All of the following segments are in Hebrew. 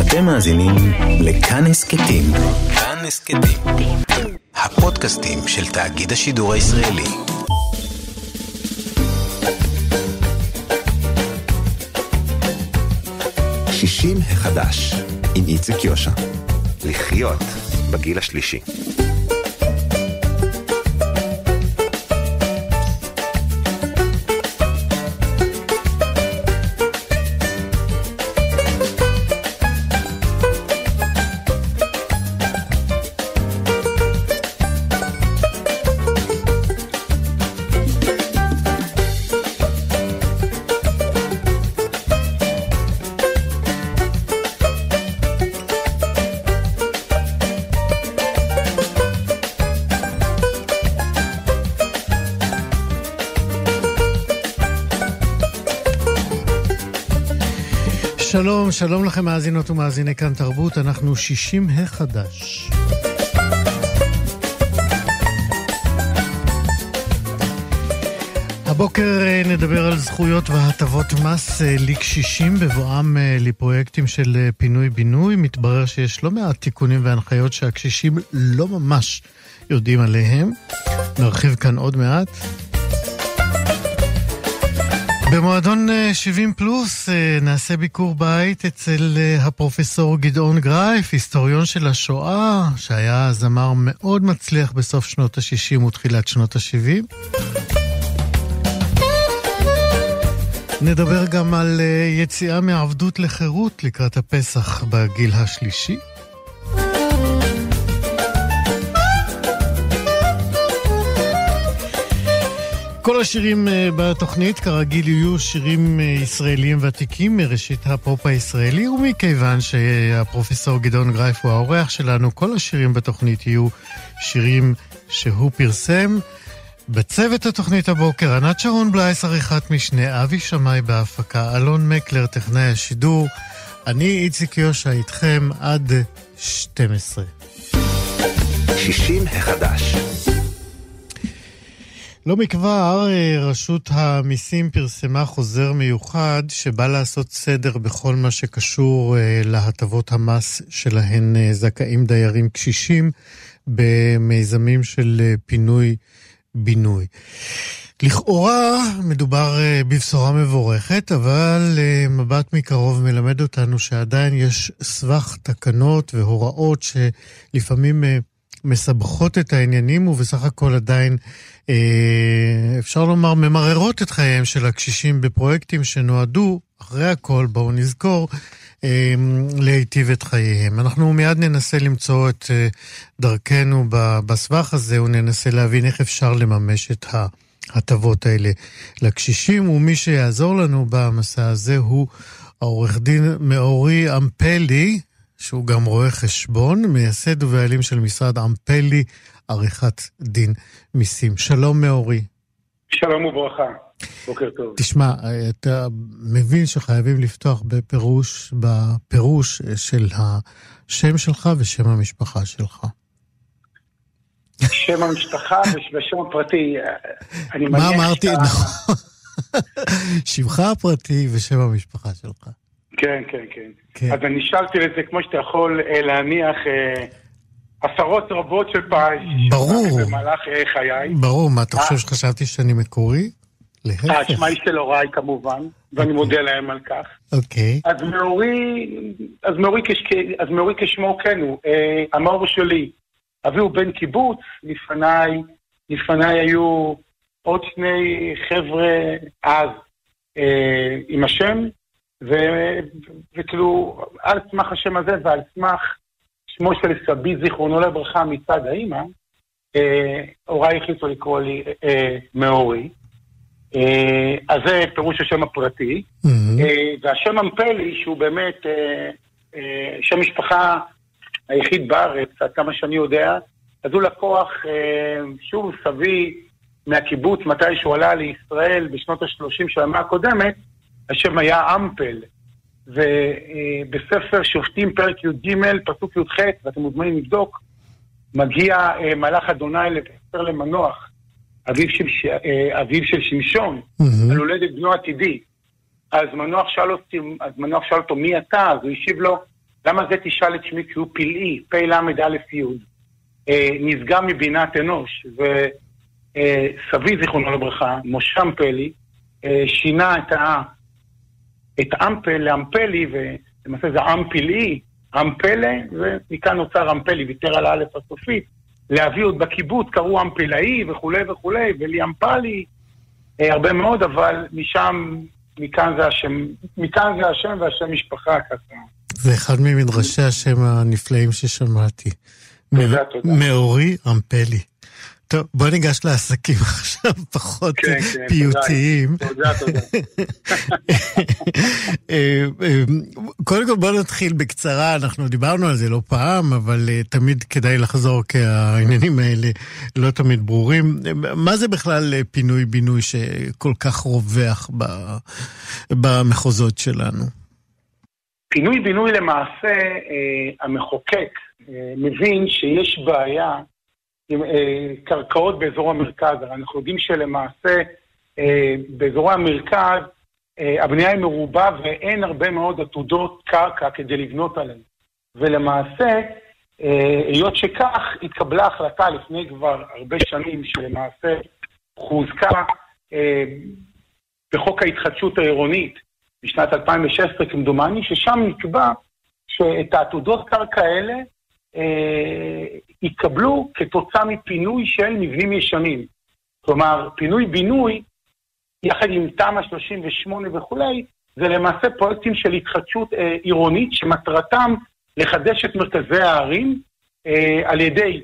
אתם מאזינים לכאן הסכתים. כאן הסכתים, הפודקאסטים של תאגיד השידור הישראלי. שישים החדש עם איציק יושע. לחיות בגיל השלישי. שלום, שלום לכם מאזינות ומאזיני כאן תרבות, אנחנו 60 החדש. הבוקר נדבר על זכויות והטבות מס לקשישים בבואם לפרויקטים של פינוי-בינוי. מתברר שיש לא מעט תיקונים והנחיות שהקשישים לא ממש יודעים עליהם. נרחיב כאן עוד מעט. במועדון 70 פלוס נעשה ביקור בית אצל הפרופסור גדעון גרייף, היסטוריון של השואה, שהיה זמר מאוד מצליח בסוף שנות ה-60 ותחילת שנות ה-70. נדבר גם על יציאה מעבדות לחירות לקראת הפסח בגיל השלישי. כל השירים בתוכנית כרגיל יהיו שירים ישראלים ותיקים מראשית הפופ הישראלי, ומכיוון שהפרופסור גדעון גרייף הוא האורח שלנו, כל השירים בתוכנית יהיו שירים שהוא פרסם. בצוות התוכנית הבוקר ענת שרון בלייס עריכת משנה, אבי שמאי בהפקה, אלון מקלר טכנאי השידור, אני איציק יושע איתכם עד 12. 60 החדש. לא מכבר רשות המיסים פרסמה חוזר מיוחד שבא לעשות סדר בכל מה שקשור להטבות המס שלהן זכאים דיירים קשישים במיזמים של פינוי-בינוי. לכאורה מדובר בבשורה מבורכת, אבל מבט מקרוב מלמד אותנו שעדיין יש סבך תקנות והוראות שלפעמים מסבכות את העניינים, ובסך הכל עדיין אפשר לומר ממררות את חייהם של הקשישים בפרויקטים שנועדו, אחרי הכל בואו נזכור, להיטיב את חייהם. אנחנו מיד ננסה למצוא את דרכנו בסבך הזה, וננסה להבין איך אפשר לממש את ההטבות האלה לקשישים, ומי שיעזור לנו במסע הזה הוא העורך דין מאורי אמפלי, שהוא גם רואה חשבון, מייסד ובעלים של משרד אמפלי, עריכת דין מיסים. שלום מאורי. שלום וברכה, בוקר טוב. תשמע, אתה מבין שחייבים לפתוח בפירוש של השם שלך ושם המשפחה שלך. שם המשפחה ושם הפרטי. מה אמרתי? נכון. שמך הפרטי ושם המשפחה שלך. כן. אז אני שאלתי לזה כמו שאתה יכול להניח עשרות רבות של פעמים. ברור. במהלך חיי. ברור, מה אתה חושב שחשבתי שאני מקורי? להפך. שמע איש של הוריי כמובן, ואני מודה להם על כך. אוקיי. אז מאורי כשמו כן הוא. המאור שלי, אבי הוא בן קיבוץ, לפניי היו עוד שני חבר'ה אז עם השם, וכאילו על סמך השם הזה ועל סמך שמו של סבי זיכרונו לברכה מצד האמא, הוריי החליטו לקרוא לי מאורי. אז זה פירוש השם הפרטי. והשם אמפלי, שהוא באמת שם משפחה היחיד בארץ, עד כמה שאני יודע, אז הוא לקוח, שוב סבי מהקיבוץ, מתי שהוא עלה לישראל בשנות ה-30 של המאה הקודמת, השם היה אמפל. ובספר שופטים פרק י"ג, פסוק י"ח, ואתם מוזמנים לבדוק, מגיע מלאך אדוני לבשר למנוח, אביו של שמשון, על הולדת בנו עתידי. אז מנוח שאל אותו מי אתה? אז הוא השיב לו, למה זה תשאל את שמי? כי הוא פלאי, פי למד א' י', נסגר מבינת אנוש, וסבי זיכרונו לברכה, מושם פלי, שינה את אמפל לאמפלי, ולמעשה זה עם פלאי, עם פלא, ומכאן נוצר עם פלי, ויתר על האלף הסופית, להביא עוד בקיבוץ, קראו עם פלאי וכולי וכולי, ולי אמפלי, הרבה מאוד, אבל מכאן זה השם והשם משפחה ככה. זה אחד ממדרשי השם הנפלאים ששמעתי. תודה. מאורי אמפלי. טוב, בוא ניגש לעסקים עכשיו, פחות פיוטיים. תודה. קודם כל בוא נתחיל בקצרה, אנחנו דיברנו על זה לא פעם, אבל תמיד כדאי לחזור, כי העניינים האלה לא תמיד ברורים. מה זה בכלל פינוי-בינוי שכל כך רווח במחוזות שלנו? פינוי-בינוי למעשה, המחוקק מבין שיש בעיה עם קרקעות באזור המרכז. אנחנו יודעים שלמעשה באזור המרכז הבנייה היא מרובה ואין הרבה מאוד עתודות קרקע כדי לבנות עליהן. ולמעשה, היות שכך, התקבלה החלטה לפני כבר הרבה שנים שלמעשה חוזקה בחוק ההתחדשות העירונית בשנת 2016 כמדומני, ששם נקבע שאת העתודות קרקע האלה יקבלו כתוצאה מפינוי של מבנים ישנים. כלומר, פינוי-בינוי, יחד עם תמ"א 38 וכולי, זה למעשה פרויקטים של התחדשות עירונית, שמטרתם לחדש את מרכזי הערים, על ידי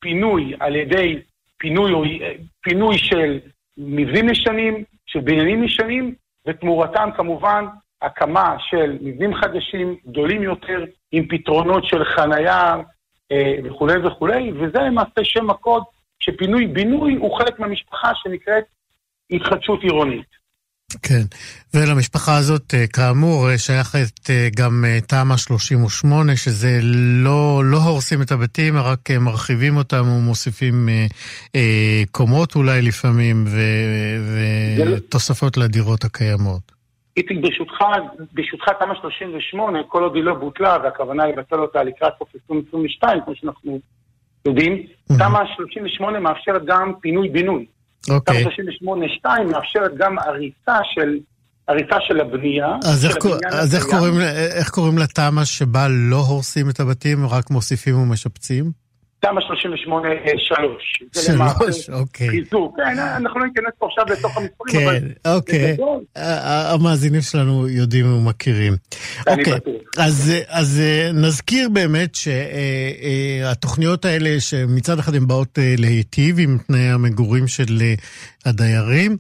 פינוי של מבנים ישנים, של בניינים ישנים, ותמורתם כמובן הקמה של מבנים חדשים, גדולים יותר, עם פתרונות של חנייה וכולי וכולי, וזה למעשה שם הקוד שפינוי-בינוי הוא חלק מהמשפחה שנקראת התחדשות עירונית. כן, ולמשפחה הזאת כאמור שייכת גם תמ"א 38, שזה לא הורסים את הבתים, רק מרחיבים אותם ומוסיפים קומות אולי לפעמים, ותוספות לדירות הקיימות. איתי, ברשותך תמ"א 38, כל עוד היא לא בוטלה, והכוונה לבטל אותה לקראת סוף 2022, כמו שאנחנו יודעים, תמ"א 38 מאפשרת גם פינוי-בינוי. תמ"א 38-2 מאפשרת גם הריסה של הבנייה. אז איך קוראים לתמ"א שבה לא הורסים את הבתים, רק מוסיפים ומשפצים? תמ"א 38-3. זה למעשה חיזוק. אנחנו לא ניכנס פה עכשיו לתוך המספרים, אבל... כן, אוקיי. המאזינים שלנו יודעים ומכירים. אוקיי, אז נזכיר באמת שהתוכניות האלה, שמצד אחד הן באות להיטיב עם תנאי המגורים של הדיירים,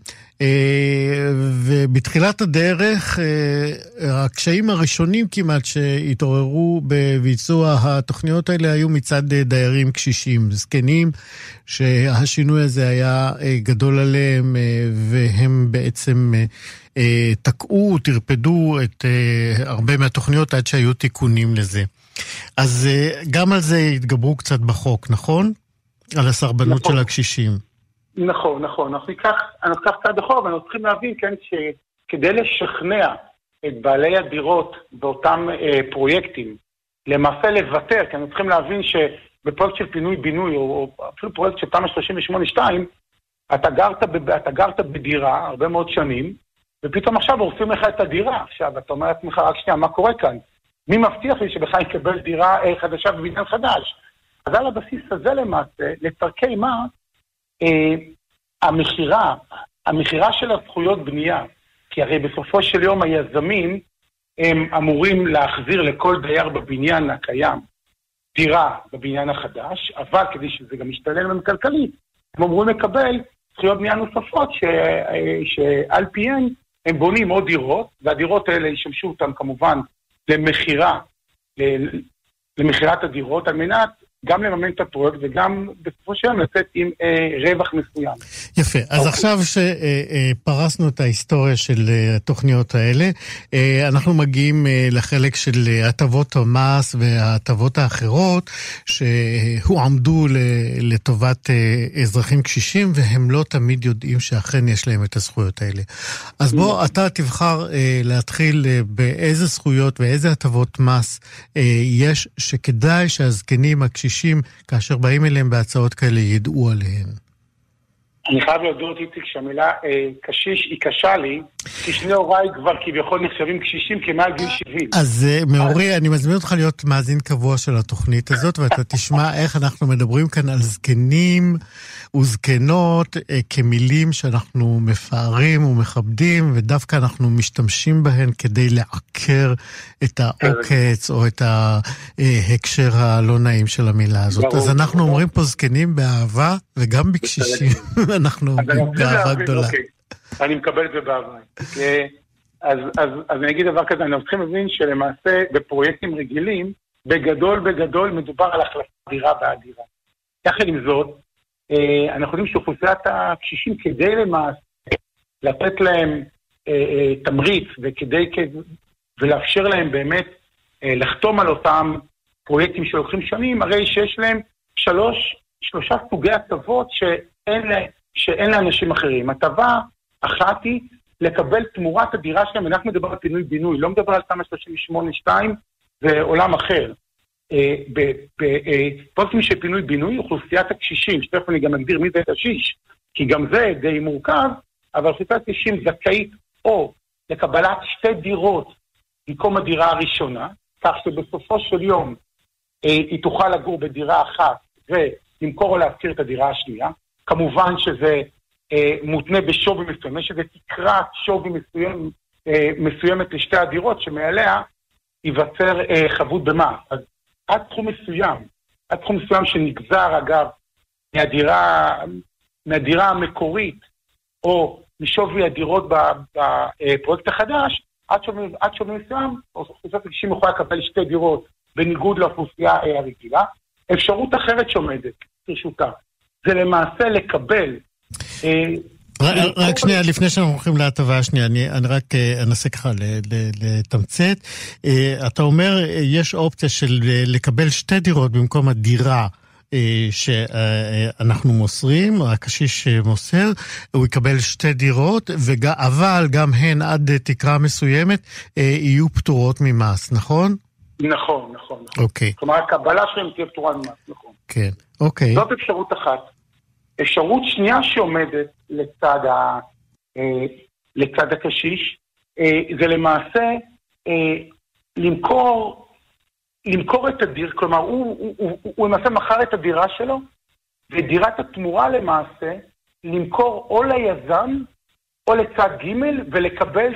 ובתחילת הדרך הקשיים הראשונים כמעט שהתעוררו בביצוע התוכניות האלה היו מצד דיירים קשישים, זקנים, שהשינוי הזה היה גדול עליהם, והם בעצם תקעו, תרפדו את הרבה מהתוכניות עד שהיו תיקונים לזה. אז גם על זה התגברו קצת בחוק, נכון? על הסרבנות של הקשישים. נכון. אנחנו ניקח צעד אחורה, ואנחנו צריכים להבין, כן, שכדי לשכנע את בעלי הדירות באותם פרויקטים, למעשה לוותר, כי אנחנו צריכים להבין שבפרויקט של פינוי-בינוי, או אפילו פרויקט של תמ"א 38-2, אתה גרת בדירה הרבה מאוד שנים, ופתאום עכשיו הורסים לך את הדירה. עכשיו, אתה אומר לעצמך, רק שנייה, מה קורה כאן? מי מבטיח לי שבכלל יקבל דירה חדשה בבניין חדש? אז על הבסיס הזה למעשה, לצרכי מה, המחירה של הזכויות בנייה, כי הרי בסופו של יום היזמים הם אמורים להחזיר לכל דייר בבניין הקיים דירה בבניין החדש, אבל כדי שזה גם ישתלם להם כלכלית, הם אמורים לקבל זכויות בנייה נוספות שעל פיהן הם בונים עוד דירות, והדירות האלה ישמשו אותם כמובן למחירת הדירות, על מנת גם לממן את הפרויקט וגם בסופו של יום לצאת עם רווח מסוים. יפה, אז עכשיו שפרסנו את ההיסטוריה של התוכניות האלה, אנחנו מגיעים לחלק של הטבות המס וההטבות האחרות שהועמדו לטובת אזרחים קשישים, והם לא תמיד יודעים שאכן יש להם את הזכויות האלה. אז בוא אתה תבחר להתחיל באיזה זכויות ואיזה הטבות מס יש שכדאי שהזקנים הקשישים כאשר באים אליהם בהצעות כאלה ידעו עליהן. אני חייב להודות איציק שהמילה קשיש היא קשה לי, כי שני הוריי כבר כביכול נחשבים קשישים כמעל גיל 70. אז מאורי, אני מזמין אותך להיות מאזין קבוע של התוכנית הזאת, ואתה תשמע איך אנחנו מדברים כאן על זקנים וזקנות כמילים שאנחנו מפארים ומכבדים, ודווקא אנחנו משתמשים בהן כדי לעקר את העוקץ או את ההקשר הלא נעים של המילה הזאת. אז אנחנו אומרים פה זקנים באהבה וגם בקשישים. אנחנו באהבה גדולה. אני מקבל את זה באהבה. אז אני אגיד דבר כזה, אנחנו צריכים להבין שלמעשה בפרויקטים רגילים, בגדול מדובר על החלפת דירה והדירה. יחד עם זאת, אנחנו יודעים שאוכלוסיית הקשישים כדי למעשה לתת להם תמריץ ולאפשר להם באמת לחתום על אותם פרויקטים שלוקחים שנים, הרי שיש להם שלושה סוגי הטבות שאין לאנשים אחרים. הטבה אחת היא לקבל תמורת הדירה שלהם, אנחנו מדבר על פינוי-בינוי, לא מדבר על תמ"א 38-2, זה עולם אחר. בפרויקטים של פינוי-בינוי, אוכלוסיית הקשישים, שתכף אני גם אגדיר מי זה קשיש, כי גם זה די מורכב, אבל אוכלוסיית הקשישים זכאית או לקבלת 2 דירות במקום הדירה הראשונה, כך שבסופו של יום היא תוכל לגור בדירה אחת ולמכור או להזכיר את הדירה השנייה. כמובן שזה מותנה בשווי מסוים, יש איזה תקרת שווי מסוימת לשתי הדירות, שמעליה ייווצר חבות במס. אז עד תחום מסוים שנגזר אגב מהדירה המקורית, או משווי הדירות בפרויקט החדש, עד שווי מסוים, אוכלוסיית הקשישים יכולה לקבל 2 דירות, בניגוד לאוכלוסייה הרגילה. אפשרות אחרת שעומדת ברשותה, זה למעשה לקבל... רק שנייה, לפני שאנחנו הולכים להטבה השנייה, אני רק אנסה ככה לתמצת. אתה אומר, יש אופציה של לקבל 2 דירות במקום הדירה שאנחנו מוסרים, הקשיש מוסר, הוא יקבל 2 דירות, אבל גם הן עד תקרה מסוימת יהיו פטורות ממס, נכון? נכון. אוקיי. כלומר, הקבלה שלהם תהיה פטורה ממס, נכון. כן, אוקיי. זאת אפשרות אחת. אפשרות שנייה שעומדת לצד הקשיש, זה למעשה למכור את הדירה, כלומר הוא למעשה מכר את הדירה שלו, ודירת התמורה למעשה למכור או ליזם או לצד ג' ולקבל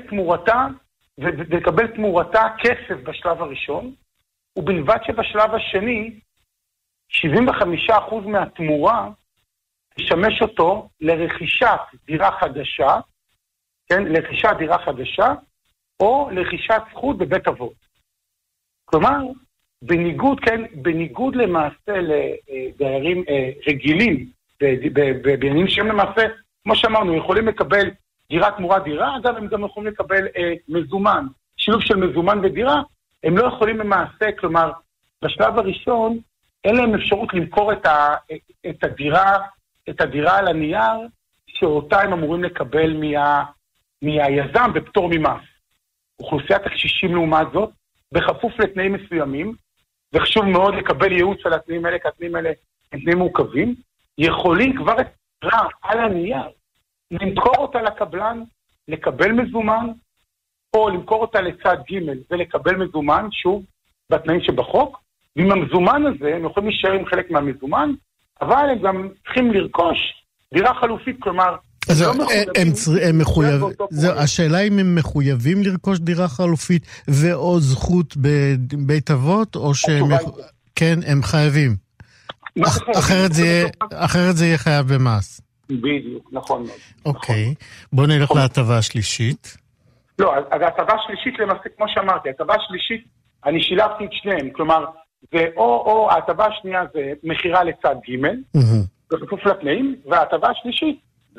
תמורתה כסף בשלב הראשון, ובלבד שבשלב השני 75% מהתמורה תשמש אותו לרכישת דירה חדשה, כן, לרכישת דירה חדשה, או לרכישת זכות בבית אבות. כלומר, בניגוד למעשה לדיירים רגילים, בעניינים שהם למעשה, כמו שאמרנו, יכולים לקבל דירה תמורת דירה, אגב, הם גם יכולים לקבל מזומן, שילוב של מזומן ודירה, הם לא יכולים למעשה, כלומר, בשלב הראשון, אין להם אפשרות למכור את הדירה על הנייר, שאותה הם אמורים לקבל מהיזם בפטור ממס. אוכלוסיית הקשישים לעומת זאת, בכפוף לתנאים מסוימים, וחשוב מאוד לקבל ייעוץ על התנאים האלה, כי התנאים האלה הם תנאים מורכבים, יכולים כבר את הדירה על הנייר, למכור אותה לקבלן, לקבל מזומן, או למכור אותה לצד ג' ולקבל מזומן, שוב, בתנאים שבחוק, ועם המזומן הזה הם יכולים להישאר עם חלק מהמזומן, אבל הם גם צריכים לרכוש דירה חלופית, כלומר, הם מחויבים, השאלה אם הם מחויבים לרכוש דירה חלופית ואו זכות בבית אבות, או שהם, כן, הם חייבים. אחרת זה יהיה חייב במס. בדיוק, נכון מאוד. אוקיי, בוא נלך להטבה השלישית. לא, אז ההטבה השלישית למעשה, כמו שאמרתי, ההטבה השלישית, אני שילבתי את שניהם, כלומר, או ההטבה השנייה זה מחירה לצד ג' בכפוף לתנאים, וההטבה השלישית זה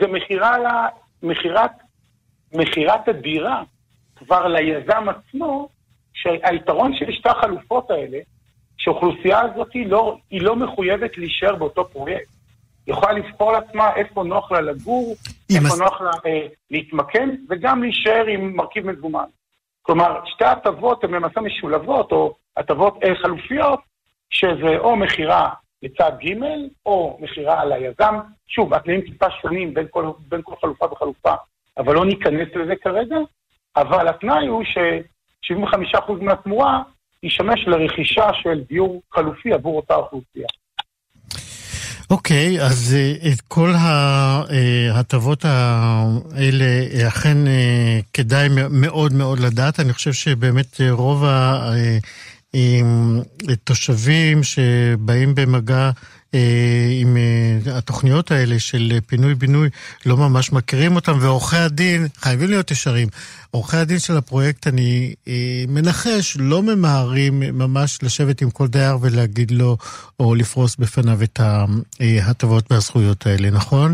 מחירת הדירה כבר ליזם עצמו, שהיתרון של שתי החלופות האלה, שהאוכלוסייה הזאת היא לא מחויבת להישאר באותו פרויקט. היא יכולה לבחור לעצמה איפה נוח לה לגור, איפה נוח לה להתמקם, וגם להישאר עם מרכיב מזומן. כלומר, שתי הטבות הן למעשה משולבות, או הטבות חלופיות, שזה או מחירה לצד ג' או מחירה על היזם. שוב, התנאים טיפה שונים בין כל חלופה וחלופה, אבל לא ניכנס לזה כרגע. אבל התנאי הוא ש75% מהתמורה ישמש לרכישה של דיור חלופי עבור אותה אוכלוסייה. אוקיי, אז את כל ההטבות האלה אכן כדאי מאוד מאוד לדעת. אני חושב שבאמת רוב התושבים שבאים במגע עם התוכניות האלה של פינוי-בינוי לא ממש מכירים אותם, ועורכי הדין חייבים להיות ישרים. עורכי הדין של הפרויקט, אני מנחש, לא ממהרים ממש לשבת עם כל דייר ולהגיד לו או לפרוס בפניו את ההטבות והזכויות האלה, נכון?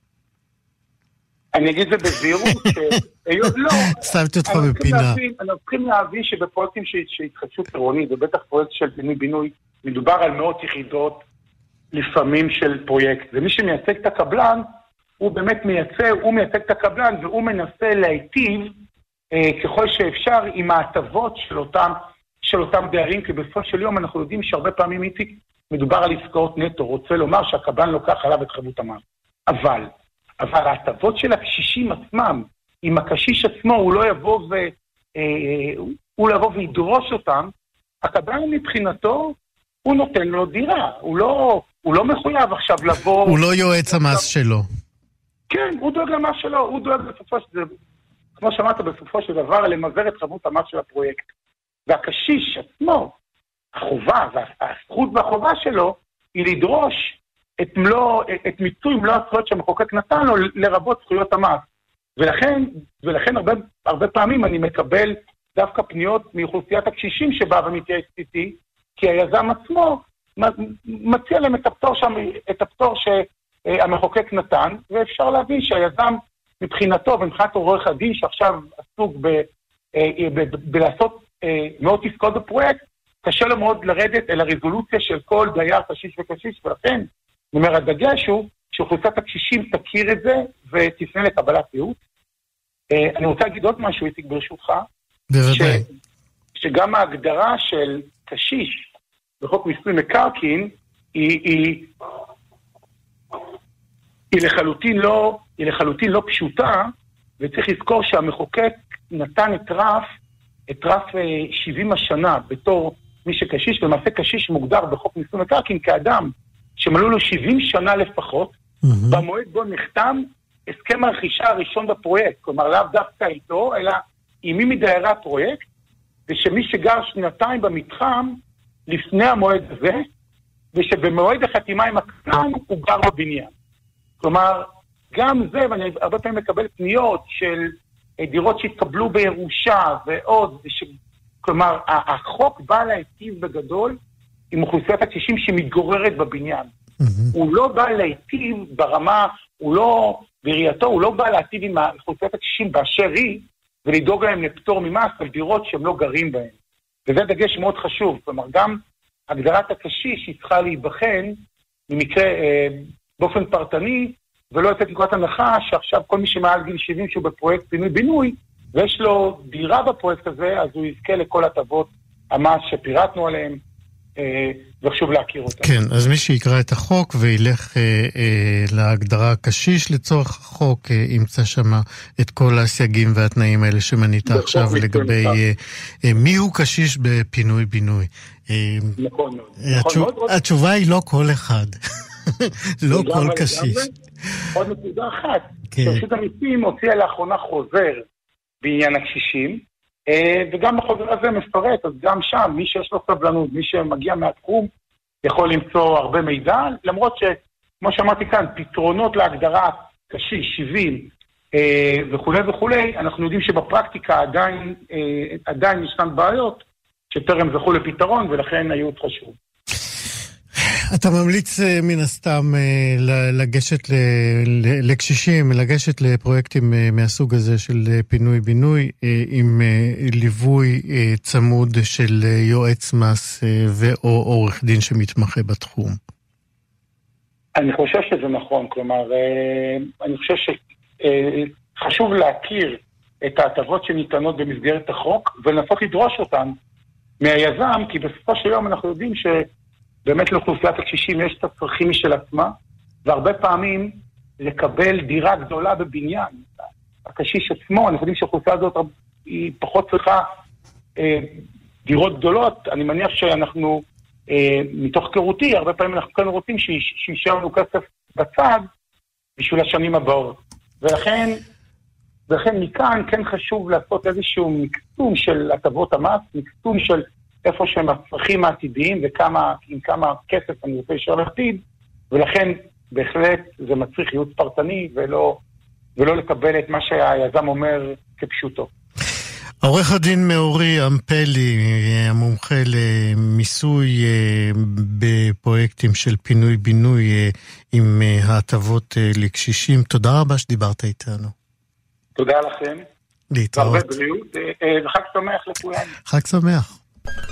אני אגיד את זה בזהירות, לא, שמתי אותך בפינה. אנחנו צריכים להבין שבפרויקטים שהתחדשות עירונית, ובטח פרויקט של פינוי-בינוי, מדובר על מאות יחידות לפעמים של פרויקט, ומי שמייצג את הקבלן, הוא באמת מייצג את הקבלן, והוא מנסה להיטיב ככל שאפשר עם ההטבות של אותם דיירים, כי בסופו של יום אנחנו יודעים שהרבה פעמים מדובר על עסקאות נטו, רוצה לומר שהקבלן לוקח עליו את חבות המס. אבל ההטבות של הקשישים עצמם, אם הקשיש עצמו הוא לא יבוא וידרוש אותם, הקבלן מבחינתו הוא נותן לו דירה, הוא לא מחויב עכשיו לבוא... הוא לא יועץ המס שלו. כן, הוא דואג למס שלו, הוא דואג כמו שאמרת בסופו של דבר, למזער את חבות המס של הפרויקט. והקשיש עצמו, החובה והזכות והחובה שלו, היא לדרוש את מיצוי מלוא הזכויות שהמחוקק נתן לו, לרבות זכויות המס. ולכן הרבה פעמים אני מקבל דווקא פניות מאוכלוסיית הקשישים שבאה ומתייעץ איתי, כי היזם עצמו מציע להם את הפטור שהמחוקק נתן, ואפשר להבין שהיזם מבחינתו ומבחינת עורך הדין שעכשיו עסוק בלעשות מאות עסקאות בפרויקט, קשה לו מאוד לרדת אל הרזולוציה של כל דייר קשיש וקשיש, ולכן אומר הדגש הוא שאוכלוסיית הקשישים תכיר את זה ותפנה לקבלת ייעוץ. אני רוצה להגיד עוד משהו, איציק, ברשותך. בוודאי. שגם ההגדרה של קשיש בחוק מיסוי מקרקעין היא לחלוטין לא פשוטה, וצריך לזכור שהמחוקק נתן את רף 70 השנה בתור מי שקשיש, ולמעשה קשיש מוגדר בחוק מיסוי מקרקעין כאדם שמלאו לו 70 שנה לפחות, במועד בו נחתם הסכם הרכישה הראשון בפרויקט, כלומר לאו דווקא איתו, אלא עם מי מדיירי הפרויקט, ושמי שגר שנתיים במתחם לפני המועד הזה, ושבמועד החתימה עם הקבלן הוא גר בבניין. כלומר, גם זה, ואני הרבה פעמים מקבל פניות של דירות שהתקבלו בירושה ועוד, כלומר, החוק בא להיטיב בגדול עם אוכלוסיית הקשישים שמתגוררת בבניין. הוא לא בא להיטיב ברמה, בראייתו, הוא לא בא להיטיב עם אוכלוסיית הקשישים באשר היא, ולדאוג להם לפטור ממס על דירות שהם לא גרים בהן. וזה דגש מאוד חשוב. כלומר, גם הגדרת הקשיש היא צריכה להיבחן במקרה באופן פרטני, ולא לתת נקודת הנחה שעכשיו כל מי שמעל גיל 70 שהוא בפרויקט פינוי-בינוי, ויש לו דירה בפרויקט הזה, אז הוא יזכה לכל הטבות המס שפירטנו עליהם, וחשוב להכיר אותם. כן, אז מי שיקרא את החוק וילך להגדרה קשיש לצורך החוק, ימצא שם את כל הסייגים והתנאים האלה שמנית עכשיו לגבי מי הוא קשיש בפינוי-בינוי. נכון מאוד. התשובה היא לא כל אחד. לא כל קשיש. עוד נקודה אחת, רשות המיסים הוציאה לאחרונה חוזר בעניין הקשישים, וגם החוזר הזה מפרט, אז גם שם, מי שיש לו סבלנות, מי שמגיע מהתחום, יכול למצוא הרבה מידע, למרות שכמו שאמרתי כאן, פתרונות להגדרה קשיש, 70 וכו' וכו', אנחנו יודעים שבפרקטיקה עדיין ישנן בעיות, שטרם זכו לפתרון, ולכן הייעוץ חשוב. אתה ממליץ מן הסתם לגשת לקשישים, לגשת לפרויקטים מהסוג הזה של פינוי-בינוי, עם ליווי צמוד של יועץ מס או עורך דין שמתמחה בתחום. אני חושב שזה נכון, כלומר, אני חושב שחשוב להכיר את ההטבות שניתנות במסגרת החוק, ולנסות לדרוש אותן מהיזם, כי בסופו של יום אנחנו יודעים שבאמת לאוכלוסיית הקשישים יש את הצרכים משל עצמה, והרבה פעמים לקבל דירה גדולה בבניין. הקשיש עצמו, אנחנו יודעים שהאוכלוסייה הזאת היא פחות צריכה דירות גדולות, אני מניח שאנחנו, מתוך קרותי, הרבה פעמים אנחנו כאן רוצים שישאר לנו כסף בצד בשביל השנים הבאות. ולכן מכאן כן חשוב לעשות איזשהו מקסום של הטבות המס, מקסום של איפה שהם הצרכים העתידיים ועם כמה כסף אני רוצה להישאר לעתיד, ולכן בהחלט זה מצריך ייעוץ פרטני ולא לקבל את מה שהיזם אומר כפשוטו. עורך הדין מאורי אמפלי, המומחה למיסוי בפרויקטים של פינוי-בינוי עם ההטבות לקשישים, תודה רבה שדיברת איתנו. תודה לכם. להתראות. והרבה בריאות, וחג שמח לכולם. חג שמח.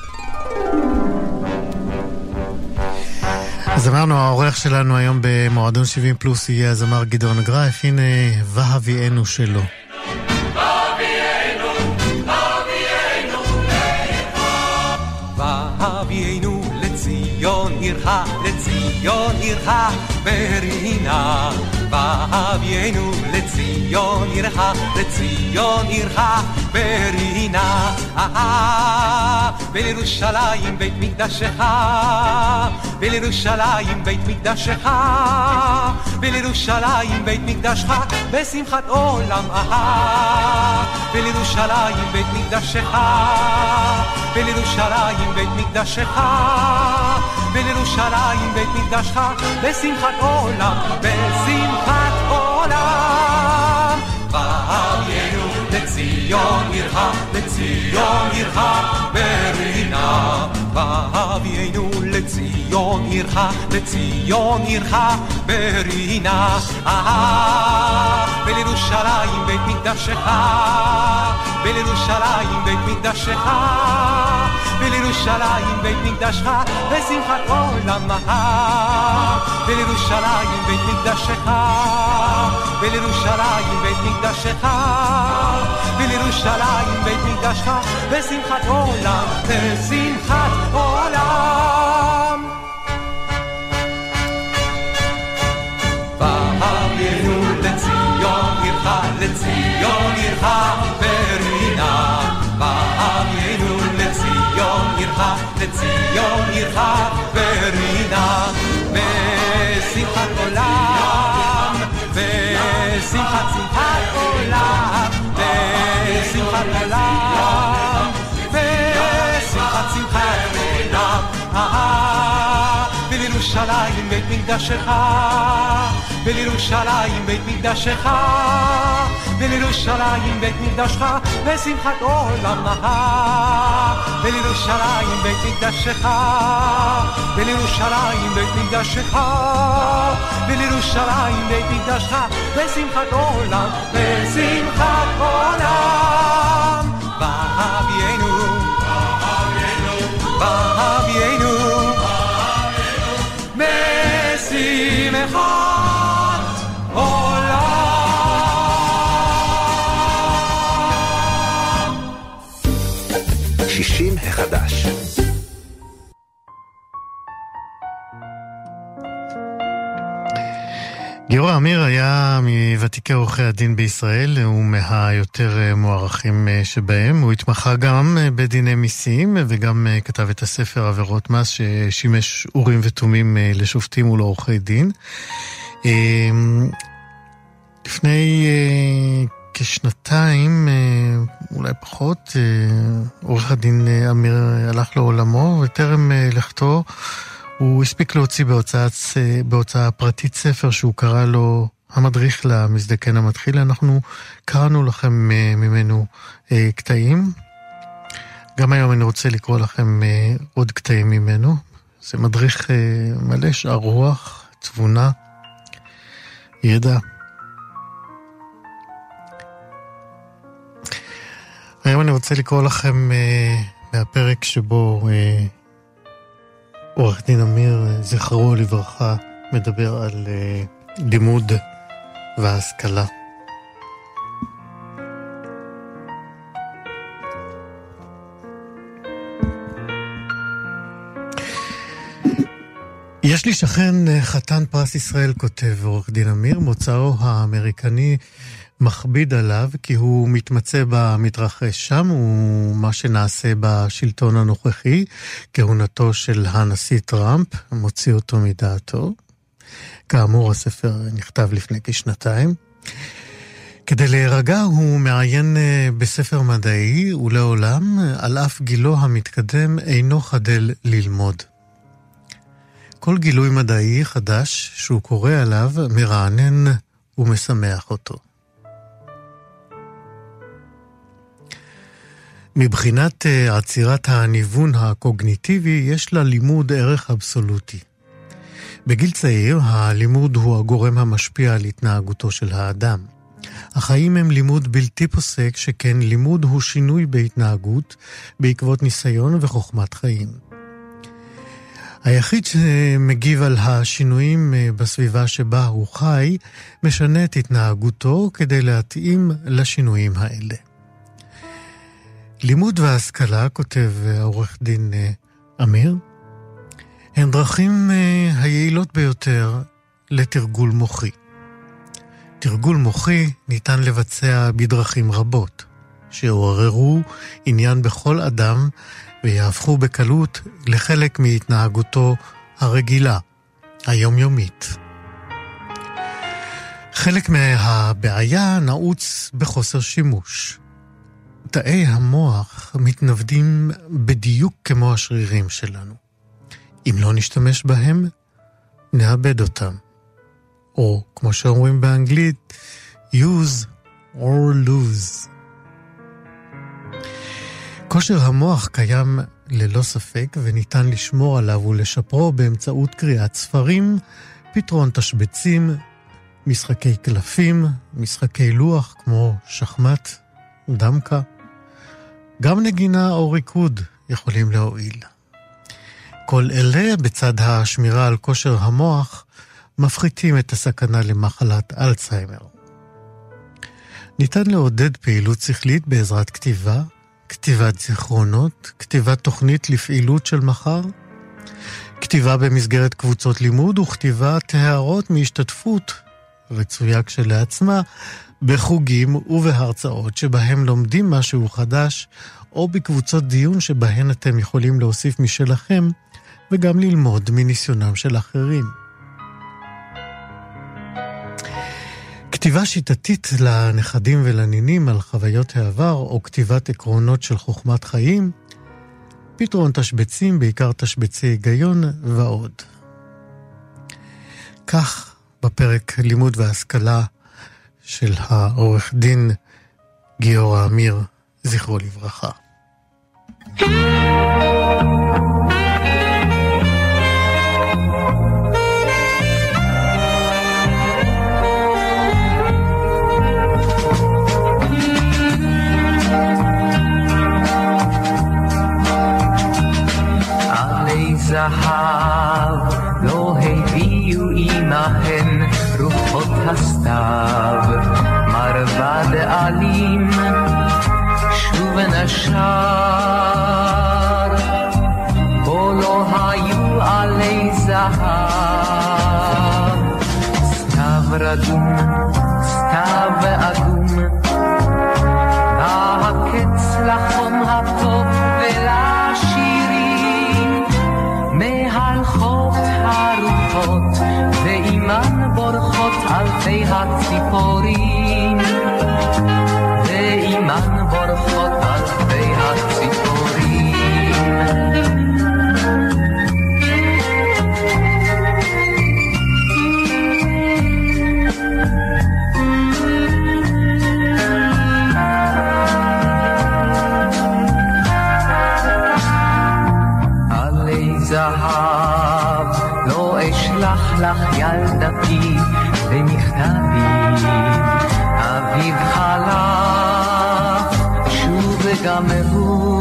אז אמרנו, העורך שלנו היום במועדון 70 פלוס יהיה הזמר גדעון גרייף, הנה והביאנו שלו. והביאנו לציון עירך, לציון עירך ברינה. והביאנו לציון עירך, לציון עירך ברינה. ולירושלים בית מקדשך, ולירושלים בית מקדשך, ולירושלים בית מקדשך בשמחת עולם. ולירושלים בית מקדשך, ולירושלים בית מקדשך, ולירושלים בית מקדשך בשמחת עולם, בשמחת עולם. והביאנו לציון עירך, לציון עירך ברינה. והביאנו לציון עירך, לציון עירך ברינה. ולירושלים בית מקדשך, ולירושלים בית מקדשך, ולירושלים בית מקדשך בשמחת עולם. ולירושלים בית מקדשך, ולירושלים בית מקדשך, ולירושלים בית מקדשך בשמחת עולם, בשמחת עולם. והביאנו לציון עירך, לציון עירך ברינה. והביאנו לציון עירך, לציון עירך ברינה. בשמחת עולם, בשמחת שמחת עולם, בשמחת עולם, בשמחת שמחת עולם. ולירושלים בית מקדשך, ולירושלים בית מקדשך, ולירושלים בית מקדשך בשמחת עולם. ולירושלים בית מקדשך, ולירושלים בית מקדשך, ולירושלים בית מקדשך בשמחת עולם, בשמחת עולם. והביאנו, והביאנו בשמחת עולם. שישים החדש. גיורא עמיר היה מוותיקי עורכי הדין בישראל, הוא מהיותר מוערכים שבהם. הוא התמחה גם בדיני מיסים וגם כתב את הספר עבירות מס ששימש אורים ותומים לשופטים ולעורכי דין. לפני כשנתיים, אולי פחות, עורך הדין עמיר הלך לעולמו, וטרם לכתו הוא הספיק להוציא בהוצאה פרטית ספר שהוא קרא לו המדריך למזדקן המתחיל. אנחנו קראנו לכם ממנו קטעים. גם היום אני רוצה לקרוא לכם עוד קטעים ממנו. זה מדריך מלא שאר רוח, תבונה, ידע. היום אני רוצה לקרוא לכם מהפרק שבו עורך דין אמיר, זכרו לברכה, מדבר על לימוד והשכלה. יש לי שכן חתן פרס ישראל, כותב עורך דין אמיר, מוצאו האמריקני מכביד עליו כי הוא מתמצא במתרחש שם, ומה שנעשה בשלטון הנוכחי, כהונתו של הנשיא טראמפ, מוציא אותו מדעתו. כאמור, הספר נכתב לפני כשנתיים. כדי להירגע הוא מעיין בספר מדעי, ולעולם, על אף גילו המתקדם, אינו חדל ללמוד. כל גילוי מדעי חדש שהוא קורא עליו מרענן ומשמח אותו. מבחינת עצירת הניוון הקוגניטיבי יש ללימוד ערך אבסולוטי. בגיל צעיר הלימוד הוא הגורם המשפיע על התנהגותו של האדם. החיים הם לימוד בלתי פוסק, שכן לימוד הוא שינוי בהתנהגות בעקבות ניסיון וחוכמת חיים. היחיד שמגיב על השינויים בסביבה שבה הוא חי, משנה את התנהגותו כדי להתאים לשינויים האלה. לימוד והשכלה, כותב העורך דין אמיר, הן דרכים היעילות ביותר לתרגול מוחי. תרגול מוחי ניתן לבצע בדרכים רבות, שעוררו עניין בכל אדם ויהפכו בקלות לחלק מהתנהגותו הרגילה, היומיומית. חלק מהבעיה נעוץ בחוסר שימוש. תאי המוח מתנוודים בדיוק כמו השרירים שלנו. אם לא נשתמש בהם, נאבד אותם. או, כמו שאומרים באנגלית, use or lose. כושר המוח קיים ללא ספק, וניתן לשמור עליו ולשפרו באמצעות קריאת ספרים, פתרון תשבצים, משחקי קלפים, משחקי לוח כמו שחמט, דמקה. גם נגינה או ריקוד יכולים להועיל. כל אלה, בצד השמירה על כושר המוח, מפחיתים את הסכנה למחלת אלצהיימר. ניתן לעודד פעילות שכלית בעזרת כתיבה, כתיבת זיכרונות, כתיבת תוכנית לפעילות של מחר, כתיבה במסגרת קבוצות לימוד וכתיבת הערות מהשתתפות, רצויה כשלעצמה, בחוגים ובהרצאות שבהם לומדים משהו חדש, או בקבוצות דיון שבהן אתם יכולים להוסיף משלכם, וגם ללמוד מניסיונם של אחרים. כתיבה שיטתית לנכדים ולנינים על חוויות העבר, או כתיבת עקרונות של חוכמת חיים, פתרון תשבצים, בעיקר תשבצי היגיון ועוד. כך בפרק לימוד והשכלה של העורך דין גיורא אמיר, זכרו לברכה. זהב לא הביאו עמהן רוחות הסתיו, מרבד אלים שוב נשר, בו לא היו עלי זהב, סתיו רדום, סתיו אדום, הקץ לחום הטוב ולשירים, מהלכות הרוחות ואימן בורחות אלפי הציפורים, ואימן בורחות אלפי הציפורים. זהב, לא אשלח לך ילדתי במכתבי, אביב חלף שוב וגם הוא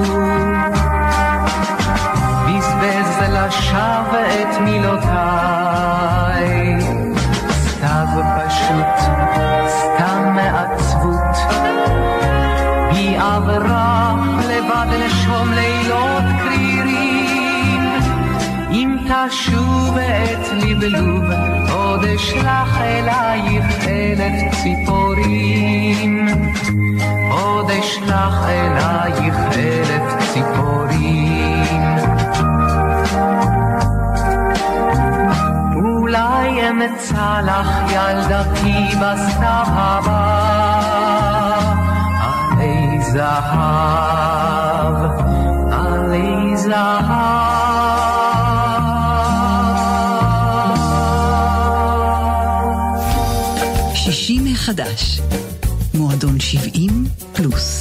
בזבז לשווא את מילותיי, סתיו פשוט, סתם מעצבות, בי עברה לבד נשום לילות קרירים, אם תשוב את לבלוב עוד אשלח אלייך 1,000 ציפורים, עוד אשלח אלייך 1,000 ציפורים. אולי אמצא לך ילדתי בסתיו הבא, עלי זהב, עלי זהב. שישי מחדש, מועדון 70 פלוס.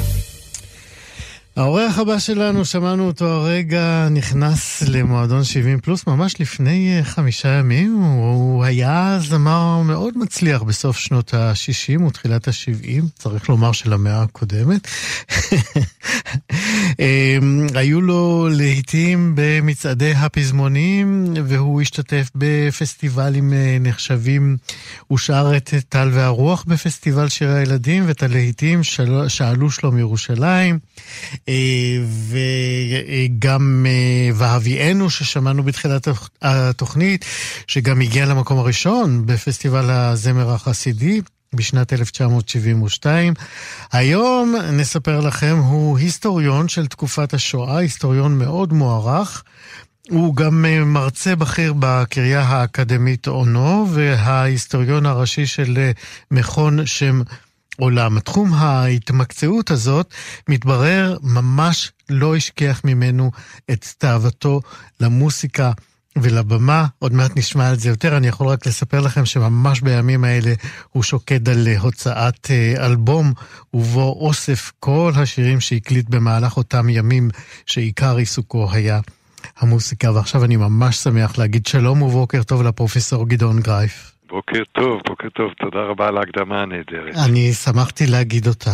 האורח הבא שלנו, שמענו אותו הרגע, נכנס למועדון 70 פלוס ממש לפני 5 ימים. הוא היה זמר מאוד מצליח בסוף שנות ה-60 ותחילת ה-70, צריך לומר של המאה הקודמת. היו לו להיטים במצעדי הפזמונים, והוא השתתף בפסטיבלים נחשבים. הוא שר את טל והרוח בפסטיבל שירי הילדים, ואת הלהיטים שאלו שלום ירושלים. וגם ואהביאנו ששמענו בתחילת התוכנית, שגם הגיע למקום הראשון בפסטיבל הזמר החסידי בשנת 1972. היום נספר לכם, הוא היסטוריון של תקופת השואה, היסטוריון מאוד מוערך. הוא גם מרצה בכיר בקריה האקדמית אונו, וההיסטוריון הראשי של מכון שם עולם. תחום ההתמקצעות הזאת, מתברר, ממש לא השכיח ממנו את תאוותו למוסיקה ולבמה. עוד מעט נשמע על זה יותר. אני יכול רק לספר לכם שממש בימים האלה הוא שוקד על הוצאת אלבום, ובו אוסף כל השירים שהקליט במהלך אותם ימים שעיקר עיסוקו היה המוסיקה. ועכשיו אני ממש שמח להגיד שלום ובוקר טוב לפרופסור גדעון גרייף. בוקר טוב, בוקר טוב, תודה רבה על ההקדמה הנהדרת. אני שמחתי להגיד אותה.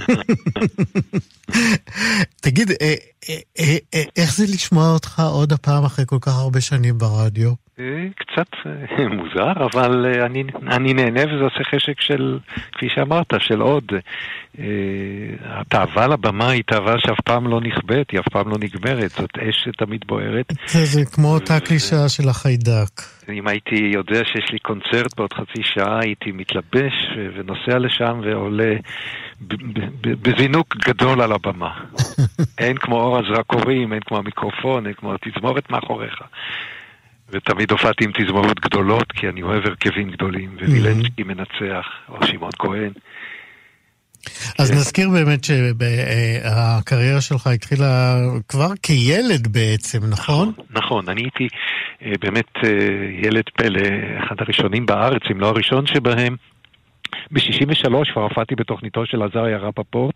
תגיד, איך זה לשמוע אותך עוד הפעם אחרי כל כך הרבה שנים ברדיו? קצת מוזר, אבל אני נהנה, וזה עושה חשק של, כפי שאמרת, של עוד. התאווה לבמה היא תאווה שאף פעם לא נכבדת, היא אף פעם לא נגמרת, זאת אש שתמיד בוערת. זה כמו אותה קלישה של החיידק. אם הייתי יודע שיש לי קונצרט בעוד חצי שעה, הייתי מתלבש ונוסע לשם ועולה בזינוק גדול על הבמה. אין כמו אור הזרקורים, אין כמו המיקרופון, אין כמו התזמורת מאחוריך. ותמיד הופעתי עם תזמורות גדולות, כי אני אוהב הרכבים גדולים, ווילנסקי מנצח, או שמעון כהן. אז נזכיר באמת שהקריירה שלך התחילה כבר כילד בעצם, נכון? נכון, אני הייתי באמת ילד פלא, אחד הראשונים בארץ, אם לא הראשון שבהם. ב-63 כבר הופעתי בתוכניתו של עזריה רפפורט,